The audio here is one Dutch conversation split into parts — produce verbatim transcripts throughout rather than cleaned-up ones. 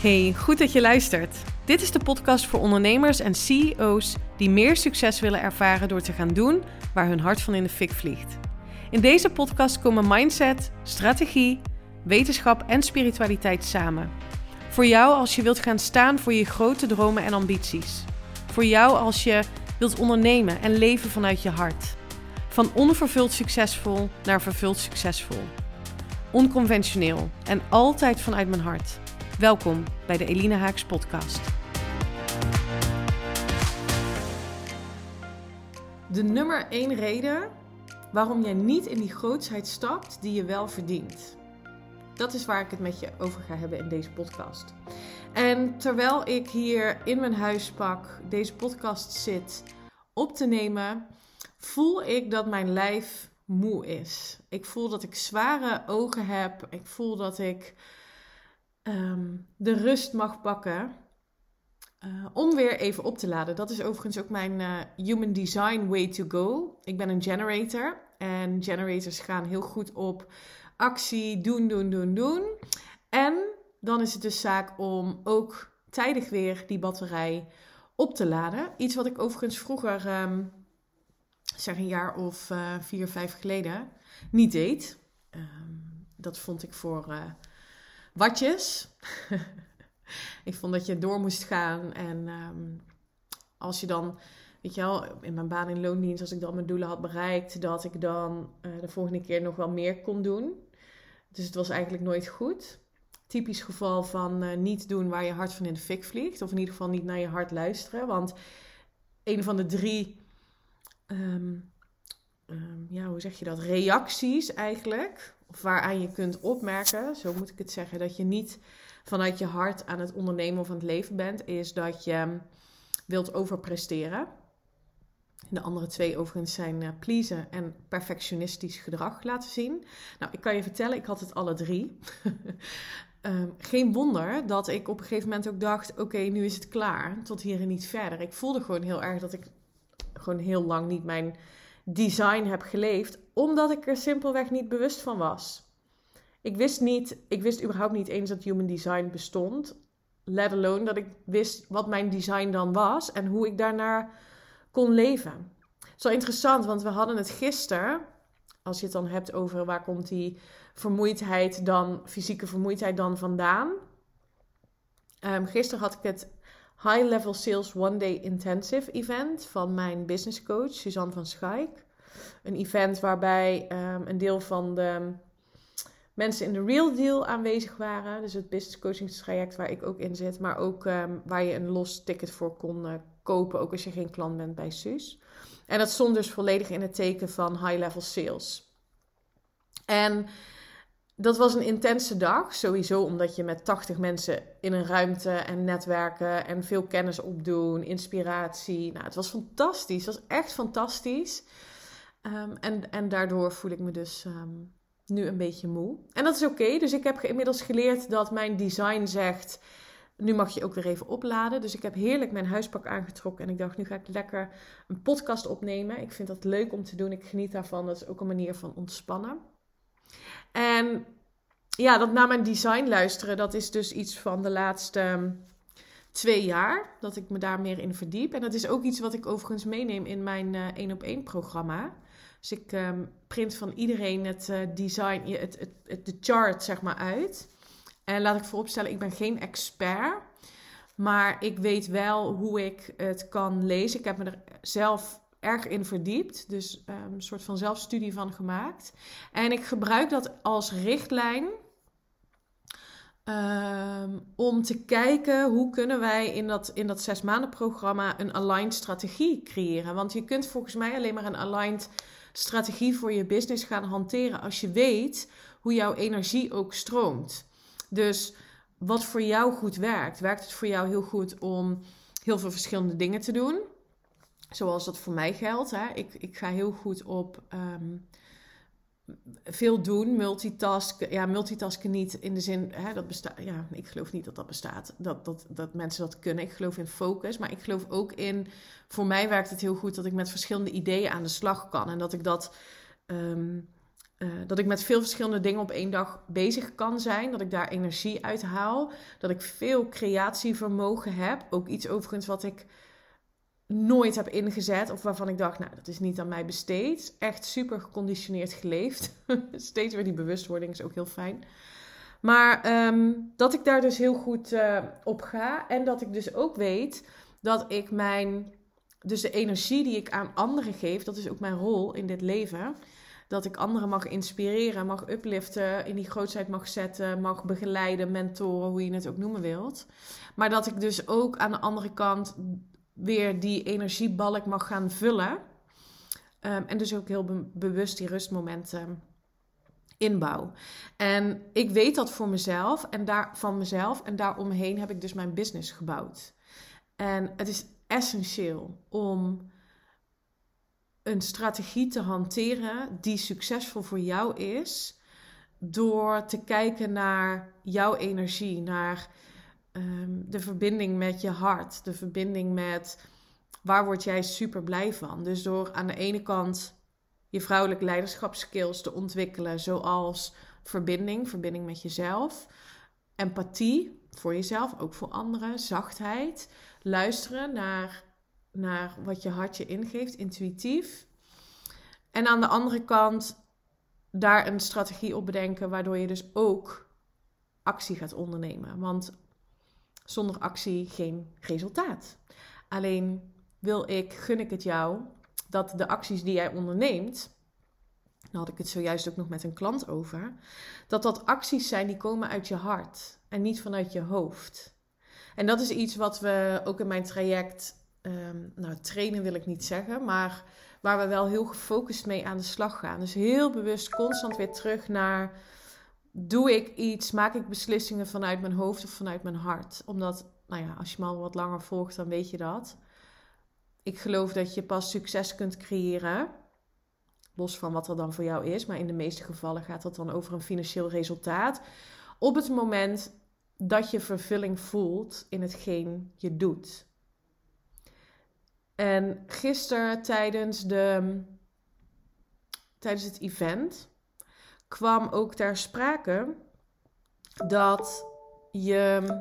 Hey, goed dat je luistert. Dit is de podcast voor ondernemers en C E O's die meer succes willen ervaren door te gaan doen waar hun hart van in de fik vliegt. In deze podcast komen mindset, strategie, wetenschap en spiritualiteit samen. Voor jou als je wilt gaan staan voor je grote dromen en ambities. Voor jou als je wilt ondernemen en leven vanuit je hart. Van onvervuld succesvol naar vervuld succesvol. Onconventioneel en altijd vanuit mijn hart. Welkom bij de Eline Haaks podcast. De nummer één reden waarom jij niet in die grootsheid stapt die je wel verdient. Dat is waar ik het met je over ga hebben in deze podcast. En terwijl ik hier in mijn huispak deze podcast zit op te nemen, voel ik dat mijn lijf moe is. Ik voel dat ik zware ogen heb. Ik voel dat ik um, de rust mag pakken uh, om weer even op te laden. Dat is overigens ook mijn uh, Human Design way to go. Ik ben een generator en generators gaan heel goed op actie, doen, doen, doen, doen. En dan is het dus zaak om ook tijdig weer die batterij op te laden. Iets wat ik overigens vroeger, um, zeg een jaar of uh, vier, vijf geleden, niet deed. Um, dat vond ik voor uh, watjes. Ik vond dat je door moest gaan. En um, als je dan, weet je wel, in mijn baan in loondienst, als ik dan mijn doelen had bereikt, dat ik dan uh, de volgende keer nog wel meer kon doen. Dus het was eigenlijk nooit goed. Typisch geval van uh, niet doen waar je hart van in de fik vliegt. Of in ieder geval niet naar je hart luisteren. Want een van de drie, um, um, ja, hoe zeg je dat, reacties eigenlijk, of waaraan je kunt opmerken, zo moet ik het zeggen, dat je niet vanuit je hart aan het ondernemen of aan het leven bent, is dat je wilt overpresteren. De andere twee overigens zijn uh, pleasen en perfectionistisch gedrag laten zien. Nou, ik kan je vertellen, ik had het alle drie. um, geen wonder dat ik op een gegeven moment ook dacht, oké, okay, nu is het klaar, tot hier en niet verder. Ik voelde gewoon heel erg dat ik gewoon heel lang niet mijn design heb geleefd, omdat ik er simpelweg niet bewust van was. Ik wist niet, ik wist überhaupt niet eens dat Human Design bestond. Let alone dat ik wist wat mijn design dan was en hoe ik daarnaar kon leven. Het is wel interessant, want we hadden het gisteren, als je het dan hebt over waar komt die vermoeidheid dan, fysieke vermoeidheid dan vandaan. Um, gisteren had ik het High Level Sales One Day Intensive event van mijn business coach Suzanne van Schaik. Een event waarbij um, een deel van de mensen in de Real Deal aanwezig waren. Dus het business coaching traject waar ik ook in zit. Maar ook um, waar je een los ticket voor kon uh, kopen. Ook als je geen klant bent bij Suus. En dat stond dus volledig in het teken van high level sales. En dat was een intense dag. Sowieso omdat je met tachtig mensen in een ruimte en netwerken. En veel kennis opdoen. Inspiratie. Nou, het was fantastisch. Het was echt fantastisch. Um, en, en daardoor voel ik me dus Um, nu een beetje moe. En dat is oké. Okay. Dus ik heb inmiddels geleerd dat mijn design zegt, nu mag je ook weer even opladen. Dus ik heb heerlijk mijn huispak aangetrokken. En ik dacht, nu ga ik lekker een podcast opnemen. Ik vind dat leuk om te doen. Ik geniet daarvan. Dat is ook een manier van ontspannen. En ja, dat naar mijn design luisteren, dat is dus iets van de laatste twee jaar. Dat ik me daar meer in verdiep. En dat is ook iets wat ik overigens meeneem in mijn uh, één op één programma. Dus ik um, print van iedereen het uh, design, het, het, het, de chart zeg maar uit. En laat ik vooropstellen, ik ben geen expert. Maar ik weet wel hoe ik het kan lezen. Ik heb me er zelf erg in verdiept. Dus um, een soort van zelfstudie van gemaakt. En ik gebruik dat als richtlijn Um, om te kijken hoe kunnen wij in dat, in dat zes maanden programma een aligned strategie creëren. Want je kunt volgens mij alleen maar een aligned strategie voor je business gaan hanteren als je weet hoe jouw energie ook stroomt. Dus wat voor jou goed werkt. Werkt het voor jou heel goed om heel veel verschillende dingen te doen? Zoals dat voor mij geldt. Hè? Ik, ik ga heel goed op Um, veel doen, multitasken. Ja, multitasken niet in de zin, hè, dat bestaat. Ja, ik geloof niet dat dat bestaat. Dat, dat, dat mensen dat kunnen. Ik geloof in focus, maar ik geloof ook in. Voor mij werkt het heel goed dat ik met verschillende ideeën aan de slag kan en dat ik dat um, uh, dat ik met veel verschillende dingen op één dag bezig kan zijn. Dat ik daar energie uit haal. Dat ik veel creatievermogen heb. Ook iets overigens wat ik nooit heb ingezet. Of waarvan ik dacht, nou, dat is niet aan mij besteed. Echt super geconditioneerd geleefd. Steeds weer die bewustwording is ook heel fijn. Maar um, dat ik daar dus heel goed uh, op ga. En dat ik dus ook weet dat ik mijn... Dus de energie die ik aan anderen geef, dat is ook mijn rol in dit leven. Dat ik anderen mag inspireren, mag upliften, in die grootheid mag zetten, mag begeleiden, mentoren, hoe je het ook noemen wilt. Maar dat ik dus ook aan de andere kant weer die energiebalk mag gaan vullen. Um, en dus ook heel be- bewust die rustmomenten inbouw. En ik weet dat voor mezelf en daar, van mezelf. En daaromheen heb ik dus mijn business gebouwd. En het is essentieel om een strategie te hanteren die succesvol voor jou is, door te kijken naar jouw energie, naar um, de verbinding met je hart, de verbinding met waar word jij super blij van. Dus door aan de ene kant je vrouwelijke leiderschapskills te ontwikkelen, zoals verbinding, verbinding met jezelf, empathie voor jezelf, ook voor anderen, zachtheid, luisteren naar, naar wat je hart je ingeeft, intuïtief. En aan de andere kant daar een strategie op bedenken, waardoor je dus ook actie gaat ondernemen. Want zonder actie geen resultaat. Alleen wil ik, gun ik het jou, dat de acties die jij onderneemt, daar had ik het zojuist ook nog met een klant over, dat dat acties zijn die komen uit je hart en niet vanuit je hoofd. En dat is iets wat we ook in mijn traject, um, nou trainen wil ik niet zeggen, maar waar we wel heel gefocust mee aan de slag gaan. Dus heel bewust constant weer terug naar, doe ik iets, maak ik beslissingen vanuit mijn hoofd of vanuit mijn hart? Omdat, nou ja, als je me al wat langer volgt, dan weet je dat. Ik geloof dat je pas succes kunt creëren, los van wat er dan voor jou is, maar in de meeste gevallen gaat het dan over een financieel resultaat, op het moment dat je vervulling voelt in hetgeen je doet. En gisteren tijdens, de, tijdens het event kwam ook ter sprake dat je...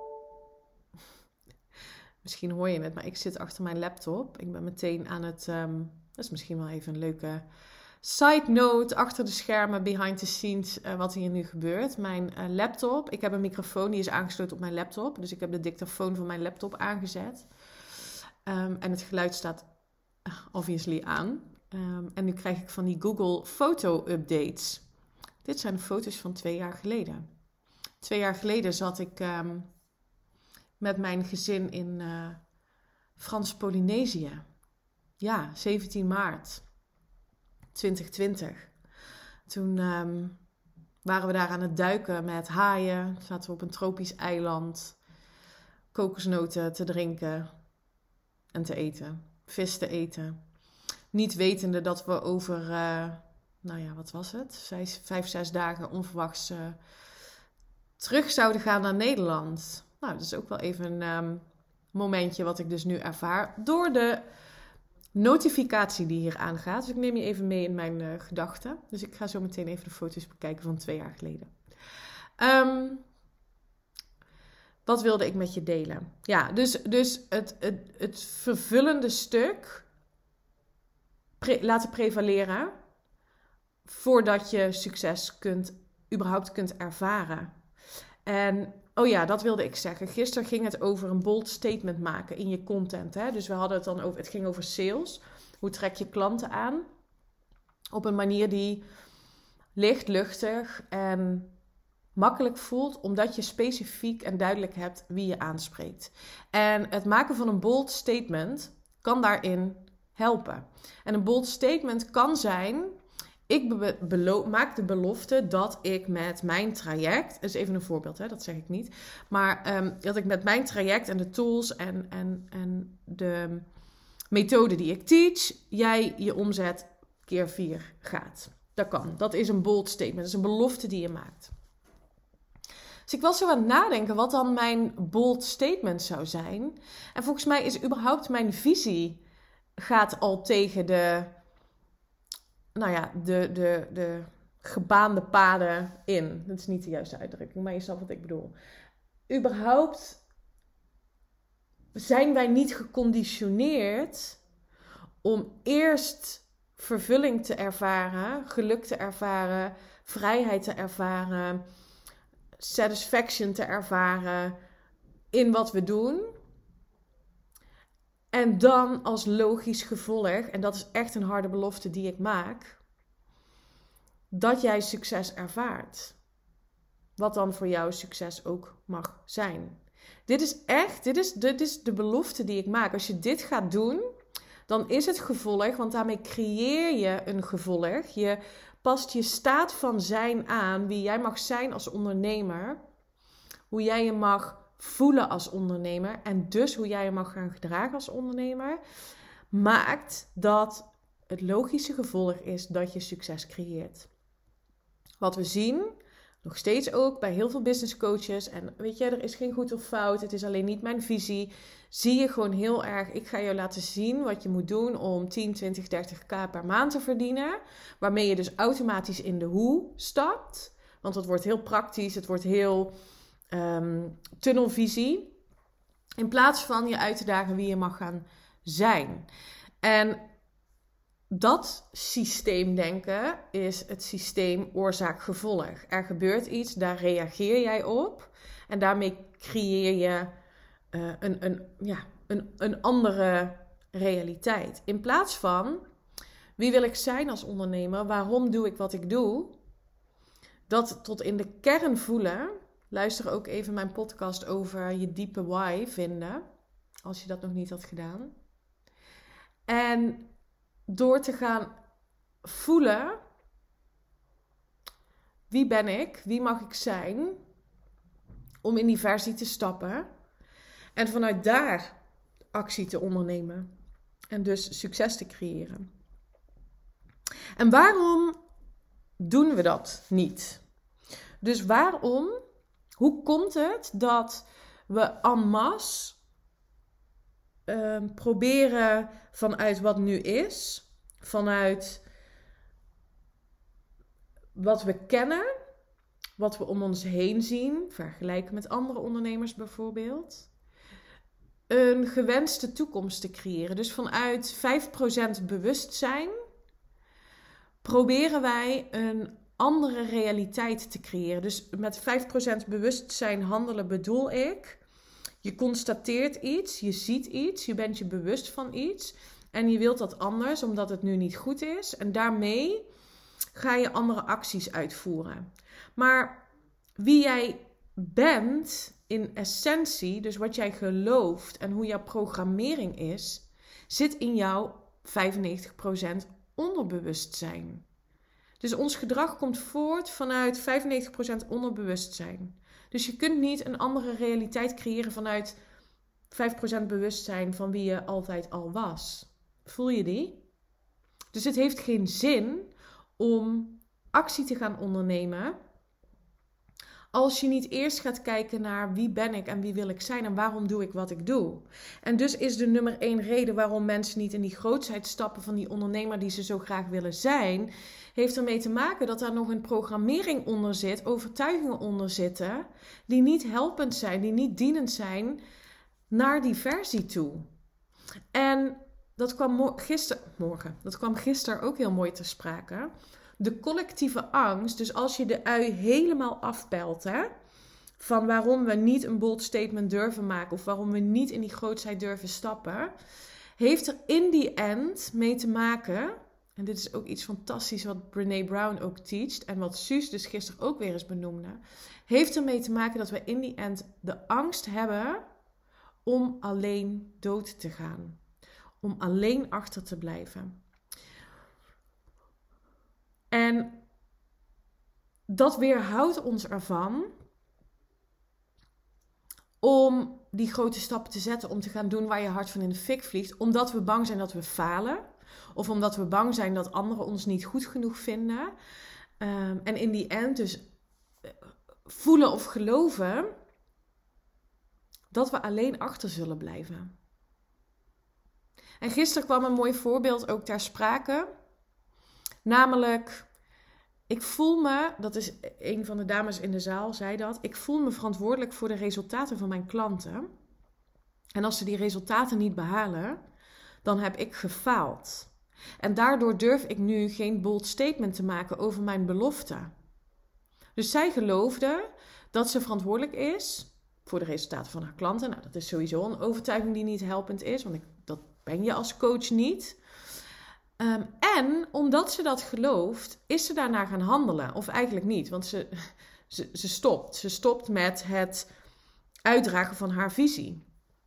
Misschien hoor je het, maar ik zit achter mijn laptop. Ik ben meteen aan het... Um, dat is misschien wel even een leuke side note achter de schermen, behind the scenes, uh, wat hier nu gebeurt. Mijn uh, laptop, ik heb een microfoon die is aangesloten op mijn laptop. Dus ik heb de dictafoon van mijn laptop aangezet. Um, en het geluid staat obviously aan. Um, en nu krijg ik van die Google foto-updates. Dit zijn de foto's van twee jaar geleden. Twee jaar geleden zat ik um, met mijn gezin in uh, Frans-Polynesië. Ja, zeventien maart twintig twintig. Toen um, waren we daar aan het duiken met haaien. Zaten we op een tropisch eiland. Kokosnoten te drinken en te eten. Vis te eten. Niet wetende dat we over, uh, nou ja, wat was het? Vijf, vijf zes dagen onverwachts uh, terug zouden gaan naar Nederland. Nou, dat is ook wel even een um, momentje wat ik dus nu ervaar. Door de notificatie die hier aangaat. Dus ik neem je even mee in mijn uh, gedachten. Dus ik ga zo meteen even de foto's bekijken van twee jaar geleden. Um, wat wilde ik met je delen? Ja, dus, dus het, het, het vervullende stuk pre- laten prevaleren voordat je succes kunt, überhaupt kunt ervaren. En oh ja, dat wilde ik zeggen. Gisteren ging het over een bold statement maken in je content. Hè? Dus we hadden het dan over, het ging over sales. Hoe trek je klanten aan? Op een manier die licht, luchtig en makkelijk voelt, omdat je specifiek en duidelijk hebt wie je aanspreekt. En het maken van een bold statement kan daarin helpen. En een bold statement kan zijn: ik be- belo- maak de belofte dat ik met mijn traject, dat is even een voorbeeld, hè, dat zeg ik niet, maar um, dat ik met mijn traject en de tools en, en, en de methode die ik teach, jij je omzet keer vier gaat. Dat kan. Dat is een bold statement. Dat is een belofte die je maakt. Dus ik was zo aan het nadenken wat dan mijn bold statement zou zijn. En volgens mij is überhaupt mijn visie gaat al tegen de, nou ja, de, de, de gebaande paden in. Dat is niet de juiste uitdrukking, maar je snapt wat ik bedoel. Überhaupt zijn wij niet geconditioneerd om eerst vervulling te ervaren, geluk te ervaren, vrijheid te ervaren, satisfaction te ervaren in wat we doen. En dan als logisch gevolg, en dat is echt een harde belofte die ik maak, dat jij succes ervaart. Wat dan voor jou succes ook mag zijn. Dit is echt, dit is, dit is de belofte die ik maak. Als je dit gaat doen, dan is het gevolg, want daarmee creëer je een gevolg. Je past je staat van zijn aan, wie jij mag zijn als ondernemer. Hoe jij je mag voelen als ondernemer en dus hoe jij je mag gaan gedragen als ondernemer, maakt dat het logische gevolg is dat je succes creëert. Wat we zien, nog steeds ook bij heel veel business coaches, en weet je, er is geen goed of fout, het is alleen niet mijn visie, zie je gewoon heel erg, ik ga je laten zien wat je moet doen om tien, twintig, dertig k per maand te verdienen, waarmee je dus automatisch in de hoe stapt, want het wordt heel praktisch, het wordt heel um, tunnelvisie, in plaats van je uit te dagen wie je mag gaan zijn. En dat systeemdenken is het systeem oorzaak-gevolg. Er gebeurt iets, daar reageer jij op. En daarmee creëer je uh, een, een, ja, een, een andere realiteit. In plaats van, wie wil ik zijn als ondernemer? Waarom doe ik wat ik doe? Dat tot in de kern voelen. Luister ook even mijn podcast over je diepe why vinden. Als je dat nog niet had gedaan. En door te gaan voelen, wie ben ik, wie mag ik zijn, om in die versie te stappen en vanuit daar actie te ondernemen en dus succes te creëren. En waarom doen we dat niet? Dus waarom, hoe komt het dat we en masse Uh, proberen vanuit wat nu is, vanuit wat we kennen, wat we om ons heen zien, vergelijken met andere ondernemers bijvoorbeeld, een gewenste toekomst te creëren. Dus vanuit vijf procent bewustzijn proberen wij een andere realiteit te creëren. Dus met vijf procent bewustzijn handelen bedoel ik, je constateert iets, je ziet iets, je bent je bewust van iets en je wilt dat anders omdat het nu niet goed is. En daarmee ga je andere acties uitvoeren. Maar wie jij bent in essentie, dus wat jij gelooft en hoe jouw programmering is, zit in jouw vijfennegentig procent onderbewustzijn. Dus ons gedrag komt voort vanuit vijfennegentig procent onderbewustzijn. Dus je kunt niet een andere realiteit creëren vanuit vijf procent bewustzijn van wie je altijd al was. Voel je die? Dus het heeft geen zin om actie te gaan ondernemen als je niet eerst gaat kijken naar wie ben ik en wie wil ik zijn en waarom doe ik wat ik doe. En dus is de nummer één reden waarom mensen niet in die grootheid stappen van die ondernemer die ze zo graag willen zijn, heeft ermee te maken dat daar nog een programmering onder zit, overtuigingen onder zitten, die niet helpend zijn, die niet dienend zijn naar die versie toe. En dat kwam gisteren, morgen, dat kwam gisteren ook heel mooi ter sprake. De collectieve angst, dus als je de ui helemaal afpelt, hè, van waarom we niet een bold statement durven maken of waarom we niet in die grootheid durven stappen, heeft er in die end mee te maken, en dit is ook iets fantastisch wat Brené Brown ook teacht en wat Suus dus gisteren ook weer eens benoemde, heeft er mee te maken dat we in die end de angst hebben om alleen dood te gaan, om alleen achter te blijven. En dat weerhoudt ons ervan om die grote stappen te zetten, om te gaan doen waar je hart van in de fik vliegt, omdat we bang zijn dat we falen, of omdat we bang zijn dat anderen ons niet goed genoeg vinden. Um, en in die end dus voelen of geloven dat we alleen achter zullen blijven. En gisteren kwam een mooi voorbeeld ook ter sprake. Namelijk, ik voel me, dat is een van de dames in de zaal zei dat, ik voel me verantwoordelijk voor de resultaten van mijn klanten. En als ze die resultaten niet behalen, dan heb ik gefaald. En daardoor durf ik nu geen bold statement te maken over mijn belofte. Dus zij geloofde dat ze verantwoordelijk is voor de resultaten van haar klanten. Nou, dat is sowieso een overtuiging die niet helpend is, want ik, dat ben je als coach niet. Um, en omdat ze dat gelooft, is ze daarna gaan handelen. Of eigenlijk niet, want ze, ze, ze stopt. Ze stopt met het uitdragen van haar visie.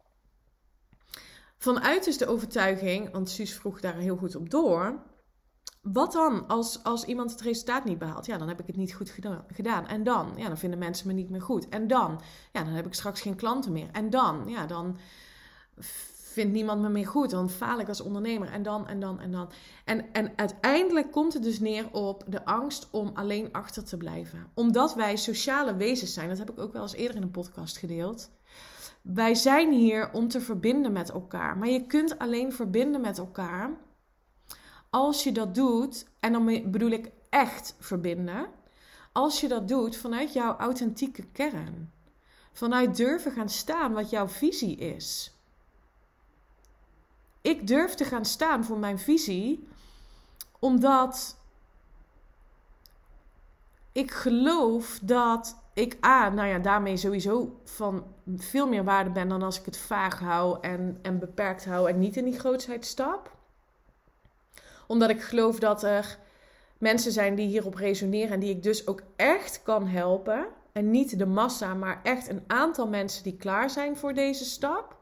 Vanuit dus de overtuiging, want Suus vroeg daar heel goed op door. Wat dan als, als iemand het resultaat niet behaalt? Ja, dan heb ik het niet goed gedaan. En dan? Ja, dan vinden mensen me niet meer goed. En dan? Ja, dan heb ik straks geen klanten meer. En dan? Ja, dan vindt niemand me meer goed. Dan faal ik als ondernemer. En dan, en dan, en dan. En, en uiteindelijk komt het dus neer op de angst om alleen achter te blijven. Omdat wij sociale wezens zijn. Dat heb ik ook wel eens eerder in een podcast gedeeld. Wij zijn hier om te verbinden met elkaar. Maar je kunt alleen verbinden met elkaar als je dat doet, en dan bedoel ik echt verbinden, als je dat doet vanuit jouw authentieke kern. Vanuit durven gaan staan wat jouw visie is. Ik durf te gaan staan voor mijn visie, omdat ik geloof dat ik A, nou ja, daarmee sowieso van veel meer waarde ben dan als ik het vaag hou en, en beperkt hou en niet in die grootsheid stap. Omdat ik geloof dat er mensen zijn die hierop resoneren en die ik dus ook echt kan helpen. En niet de massa, maar echt een aantal mensen die klaar zijn voor deze stap.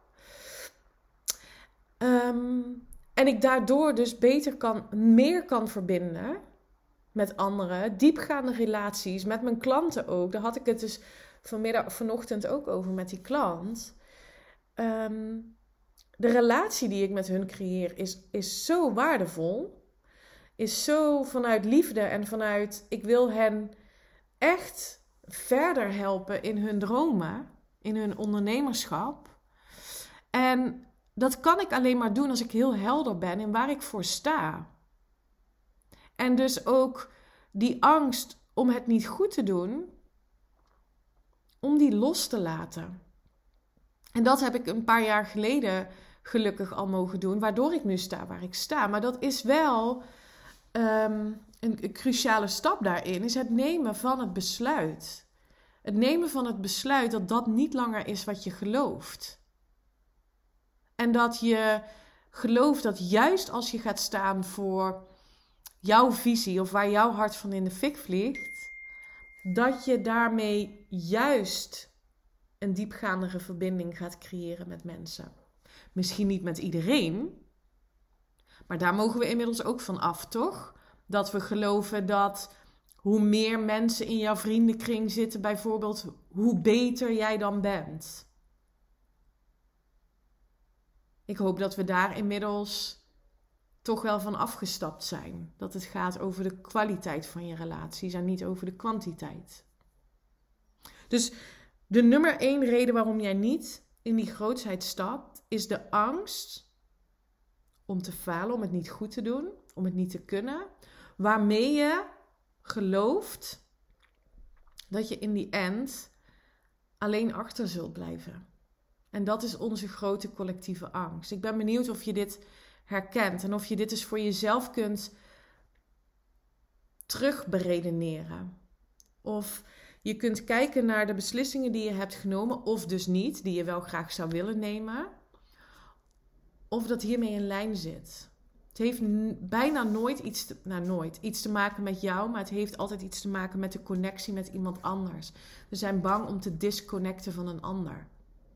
Um, en ik daardoor dus beter kan, meer kan verbinden met anderen. Diepgaande relaties, met mijn klanten ook. Daar had ik het dus vanmiddag, vanochtend ook over met die klant. Um, De relatie die ik met hun creëer is, is zo waardevol. Is zo vanuit liefde en vanuit ik wil hen echt verder helpen in hun dromen. In hun ondernemerschap. En dat kan ik alleen maar doen als ik heel helder ben in waar ik voor sta. En dus ook die angst om het niet goed te doen, om die los te laten. En dat heb ik een paar jaar geleden gelukkig al mogen doen, waardoor ik nu sta waar ik sta. Maar dat is wel um, een, een cruciale stap daarin, is het nemen van het besluit. Het nemen van het besluit dat dat niet langer is wat je gelooft. En dat je gelooft dat juist als je gaat staan voor jouw visie of waar jouw hart van in de fik vliegt, dat je daarmee juist een diepgaandere verbinding gaat creëren met mensen. Misschien niet met iedereen, maar daar mogen we inmiddels ook van af, toch? Dat we geloven dat hoe meer mensen in jouw vriendenkring zitten, bijvoorbeeld, hoe beter jij dan bent. Ik hoop dat we daar inmiddels toch wel van afgestapt zijn. Dat het gaat over de kwaliteit van je relaties en niet over de kwantiteit. Dus de nummer één reden waarom jij niet in die grootsheid stapt, is de angst om te falen, om het niet goed te doen, om het niet te kunnen. Waarmee je gelooft dat je in die end alleen achter zult blijven. En dat is onze grote collectieve angst. Ik ben benieuwd of je dit herkent en of je dit eens voor jezelf kunt terugberedeneren. Of je kunt kijken naar de beslissingen die je hebt genomen, of dus niet, die je wel graag zou willen nemen. Of dat hiermee in lijn zit. Het heeft n- bijna nooit iets te, nou nooit iets te maken met jou, maar het heeft altijd iets te maken met de connectie met iemand anders. We zijn bang om te disconnecten van een ander.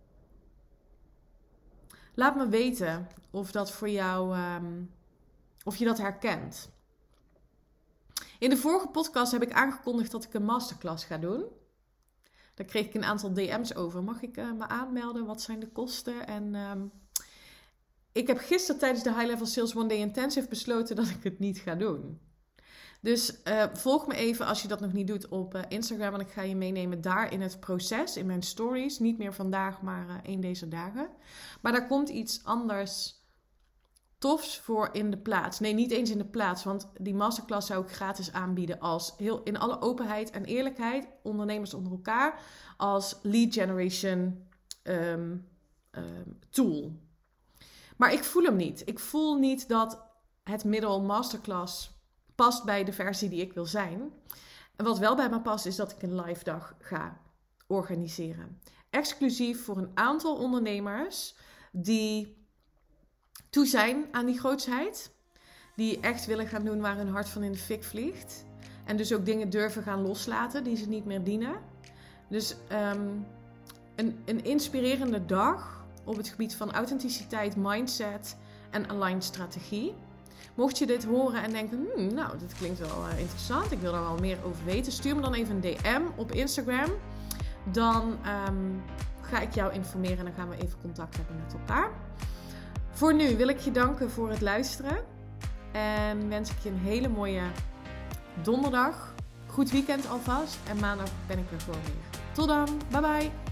Laat me weten of dat voor jou, um, of je dat herkent. In de vorige podcast heb ik aangekondigd dat ik een masterclass ga doen. Daar kreeg ik een aantal D M's over. Mag ik uh, me aanmelden? Wat zijn de kosten? En um, ik heb gisteren tijdens de High Level Sales One Day Intensive besloten dat ik het niet ga doen. Dus uh, volg me even als je dat nog niet doet op uh, Instagram. En ik ga je meenemen daar in het proces, in mijn stories. Niet meer vandaag, maar uh, één deze dagen. Maar daar komt iets anders tofs voor in de plaats. Nee, niet eens in de plaats, want die masterclass zou ik gratis aanbieden als heel in alle openheid en eerlijkheid, ondernemers onder elkaar, als lead generation um, um, tool. Maar ik voel hem niet. Ik voel niet dat het middel masterclass past bij de versie die ik wil zijn. En wat wel bij me past is dat ik een live dag ga organiseren. Exclusief voor een aantal ondernemers die toe zijn aan die grootsheid. Die echt willen gaan doen waar hun hart van in de fik vliegt. En dus ook dingen durven gaan loslaten die ze niet meer dienen. Dus um, een, een inspirerende dag op het gebied van authenticiteit, mindset en aligned strategie. Mocht je dit horen en denken, hmm, nou, dit klinkt wel uh, interessant, ik wil er wel meer over weten, stuur me dan even een D M op Instagram. Dan um, ga ik jou informeren en dan gaan we even contact hebben met elkaar. Voor nu wil ik je danken voor het luisteren en wens ik je een hele mooie donderdag. Goed weekend alvast en maandag ben ik er gewoon weer. Tot dan, bye bye!